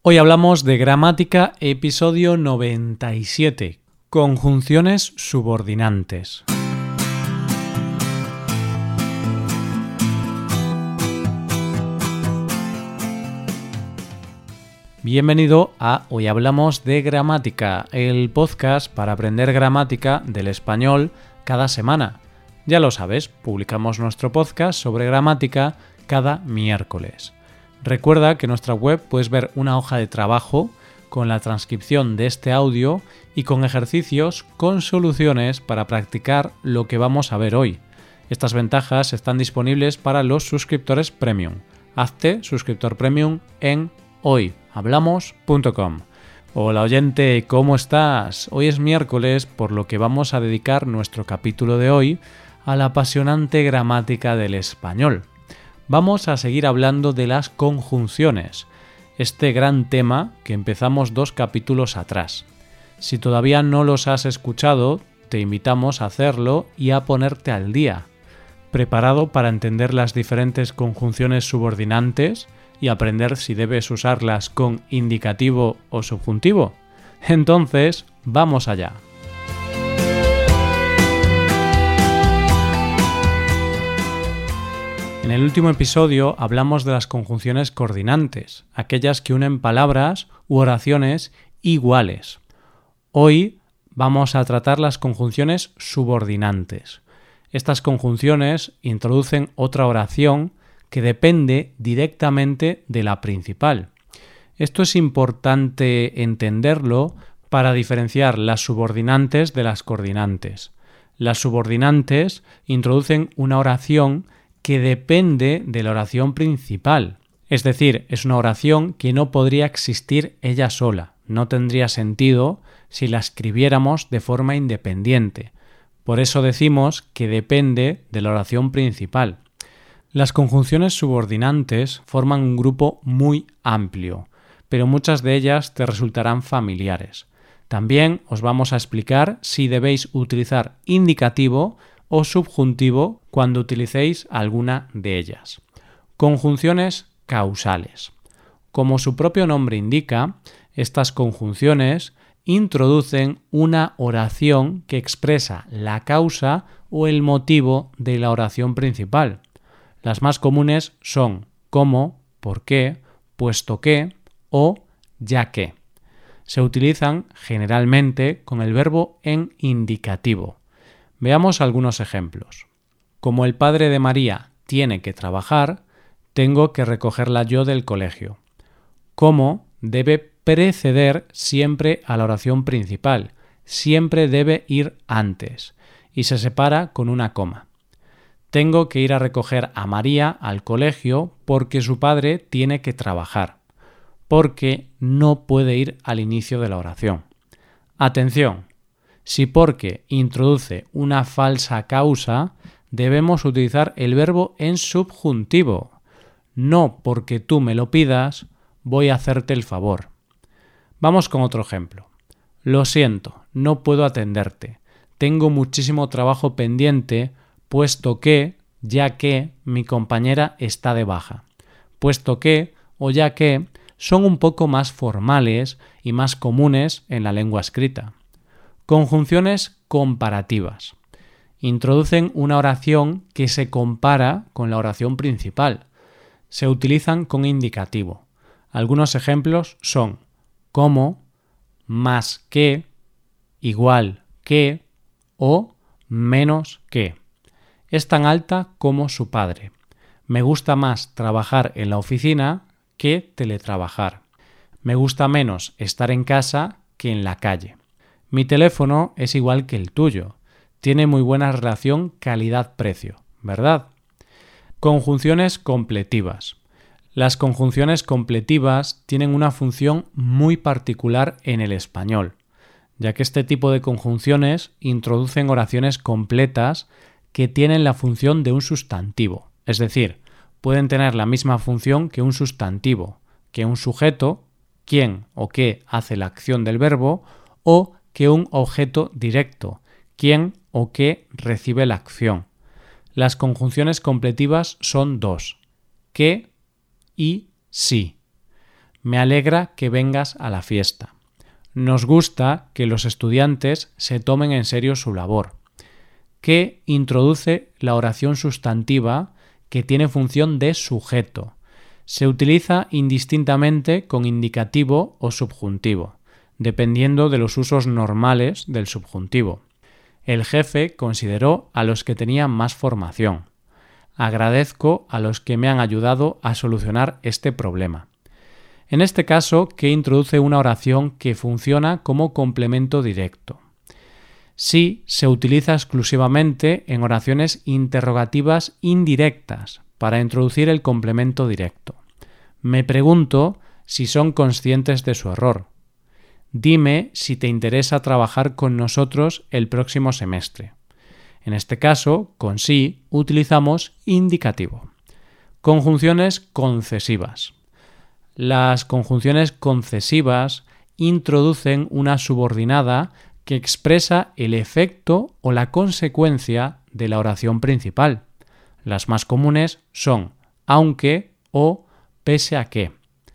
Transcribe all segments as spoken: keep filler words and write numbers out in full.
Hoy hablamos de gramática, episodio noventa y siete, conjunciones subordinantes. Bienvenido a Hoy Hablamos de Gramática, el podcast para aprender gramática del español cada semana. Ya lo sabes, publicamos nuestro podcast sobre gramática cada miércoles. Recuerda que en nuestra web puedes ver una hoja de trabajo con la transcripción de este audio y con ejercicios con soluciones para practicar lo que vamos a ver hoy. Estas ventajas están disponibles para los suscriptores premium. Hazte suscriptor premium en hoy hablamos punto com. Hola oyente, ¿cómo estás? Hoy es miércoles, por lo que vamos a dedicar nuestro capítulo de hoy a la apasionante gramática del español. Vamos a seguir hablando de las conjunciones, este gran tema que empezamos dos capítulos atrás. Si todavía no los has escuchado, te invitamos a hacerlo y a ponerte al día. ¿Preparado para entender las diferentes conjunciones subordinantes y aprender si debes usarlas con indicativo o subjuntivo? Entonces, vamos allá. En el último episodio hablamos de las conjunciones coordinantes, aquellas que unen palabras u oraciones iguales. Hoy vamos a tratar las conjunciones subordinantes. Estas conjunciones introducen otra oración que depende directamente de la principal. Esto es importante entenderlo para diferenciar las subordinantes de las coordinantes. Las subordinantes introducen una oración que depende de la oración principal. Es decir, es una oración que no podría existir ella sola. No tendría sentido si la escribiéramos de forma independiente. Por eso decimos que depende de la oración principal. Las conjunciones subordinantes forman un grupo muy amplio, pero muchas de ellas te resultarán familiares. También os vamos a explicar si debéis utilizar indicativo o subjuntivo cuando utilicéis alguna de ellas. Conjunciones causales. Como su propio nombre indica, estas conjunciones introducen una oración que expresa la causa o el motivo de la oración principal. Las más comunes son como, por qué, puesto que o ya que. Se utilizan generalmente con el verbo en indicativo. Veamos algunos ejemplos. Como el padre de María tiene que trabajar, tengo que recogerla yo del colegio. Como debe preceder siempre a la oración principal, siempre debe ir antes y se separa con una coma. Tengo que ir a recoger a María al colegio porque su padre tiene que trabajar, porque no puede ir al inicio de la oración. Atención. Si porque introduce una falsa causa, debemos utilizar el verbo en subjuntivo. No porque tú me lo pidas, voy a hacerte el favor. Vamos con otro ejemplo. Lo siento, no puedo atenderte. Tengo muchísimo trabajo pendiente, puesto que, ya que, mi compañera está de baja. Puesto que o ya que son un poco más formales y más comunes en la lengua escrita. Conjunciones comparativas. Introducen una oración que se compara con la oración principal. Se utilizan con indicativo. Algunos ejemplos son como, más que, igual que o menos que. Es tan alta como su padre. Me gusta más trabajar en la oficina que teletrabajar. Me gusta menos estar en casa que en la calle. Mi teléfono es igual que el tuyo. Tiene muy buena relación calidad-precio, ¿verdad? Conjunciones completivas. Las conjunciones completivas tienen una función muy particular en el español, ya que este tipo de conjunciones introducen oraciones completas que tienen la función de un sustantivo. Es decir, pueden tener la misma función que un sustantivo, que un sujeto, quién o qué hace la acción del verbo, o que un objeto directo, quién o qué recibe la acción. Las conjunciones completivas son dos, que y sí. Me alegra que vengas a la fiesta. Nos gusta que los estudiantes se tomen en serio su labor. Que introduce la oración sustantiva que tiene función de sujeto. Se utiliza indistintamente con indicativo o subjuntivo, dependiendo de los usos normales del subjuntivo. El jefe consideró a los que tenían más formación. Agradezco a los que me han ayudado a solucionar este problema. En este caso, que introduce una oración que funciona como complemento directo. Sí se utiliza exclusivamente en oraciones interrogativas indirectas para introducir el complemento directo. Me pregunto si son conscientes de su error. Dime si te interesa trabajar con nosotros el próximo semestre. En este caso, con sí, utilizamos indicativo. Conjunciones concesivas. Las conjunciones concesivas introducen una subordinada que expresa el efecto o la consecuencia de la oración principal. Las más comunes son aunque o pese a que.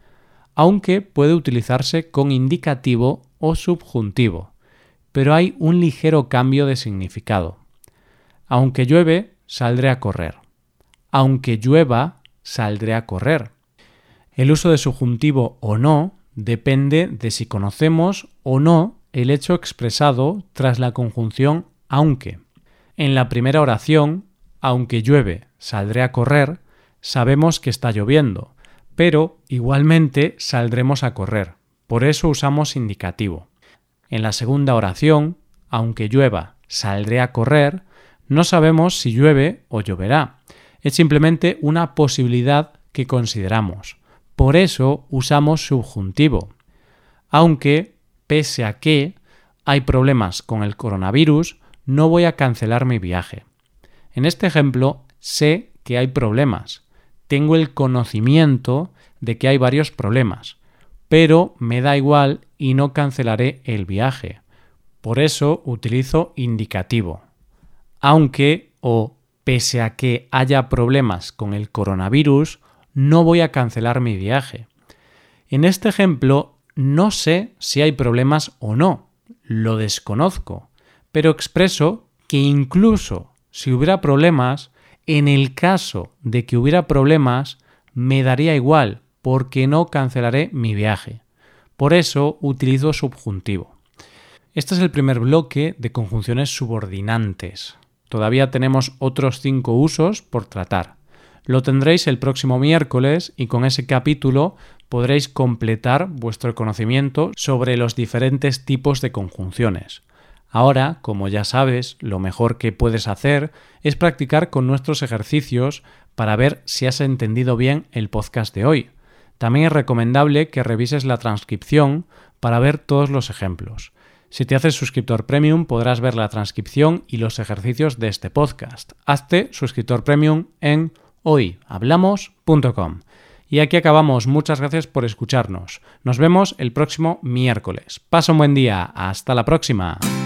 Aunque puede utilizarse con indicativo o subjuntivo, pero hay un ligero cambio de significado. Aunque llueve, saldré a correr. Aunque llueva, saldré a correr. El uso de subjuntivo o no depende de si conocemos o no el hecho expresado tras la conjunción aunque. En la primera oración, aunque llueve, saldré a correr, sabemos que está lloviendo, pero igualmente saldremos a correr. Por eso usamos indicativo. En la segunda oración, aunque llueva, saldré a correr, no sabemos si llueve o lloverá. Es simplemente una posibilidad que consideramos. Por eso usamos subjuntivo. Aunque, pese a que hay problemas con el coronavirus, no voy a cancelar mi viaje. En este ejemplo, sé que hay problemas. Tengo el conocimiento de que hay varios problemas, pero me da igual y no cancelaré el viaje. Por eso utilizo indicativo. Aunque o pese a que haya problemas con el coronavirus, no voy a cancelar mi viaje. En este ejemplo, no sé si hay problemas o no, lo desconozco, pero expreso que incluso si hubiera problemas, en el caso de que hubiera problemas, me daría igual porque no cancelaré mi viaje. Por eso utilizo subjuntivo. Este es el primer bloque de conjunciones subordinantes. Todavía tenemos otros cinco usos por tratar. Lo tendréis el próximo miércoles y con ese capítulo podréis completar vuestro conocimiento sobre los diferentes tipos de conjunciones. Ahora, como ya sabes, lo mejor que puedes hacer es practicar con nuestros ejercicios para ver si has entendido bien el podcast de hoy. También es recomendable que revises la transcripción para ver todos los ejemplos. Si te haces suscriptor premium podrás ver la transcripción y los ejercicios de este podcast. Hazte suscriptor premium en hoy hablamos punto com. Y aquí acabamos. Muchas gracias por escucharnos. Nos vemos el próximo miércoles. Pasa un buen día. Hasta la próxima.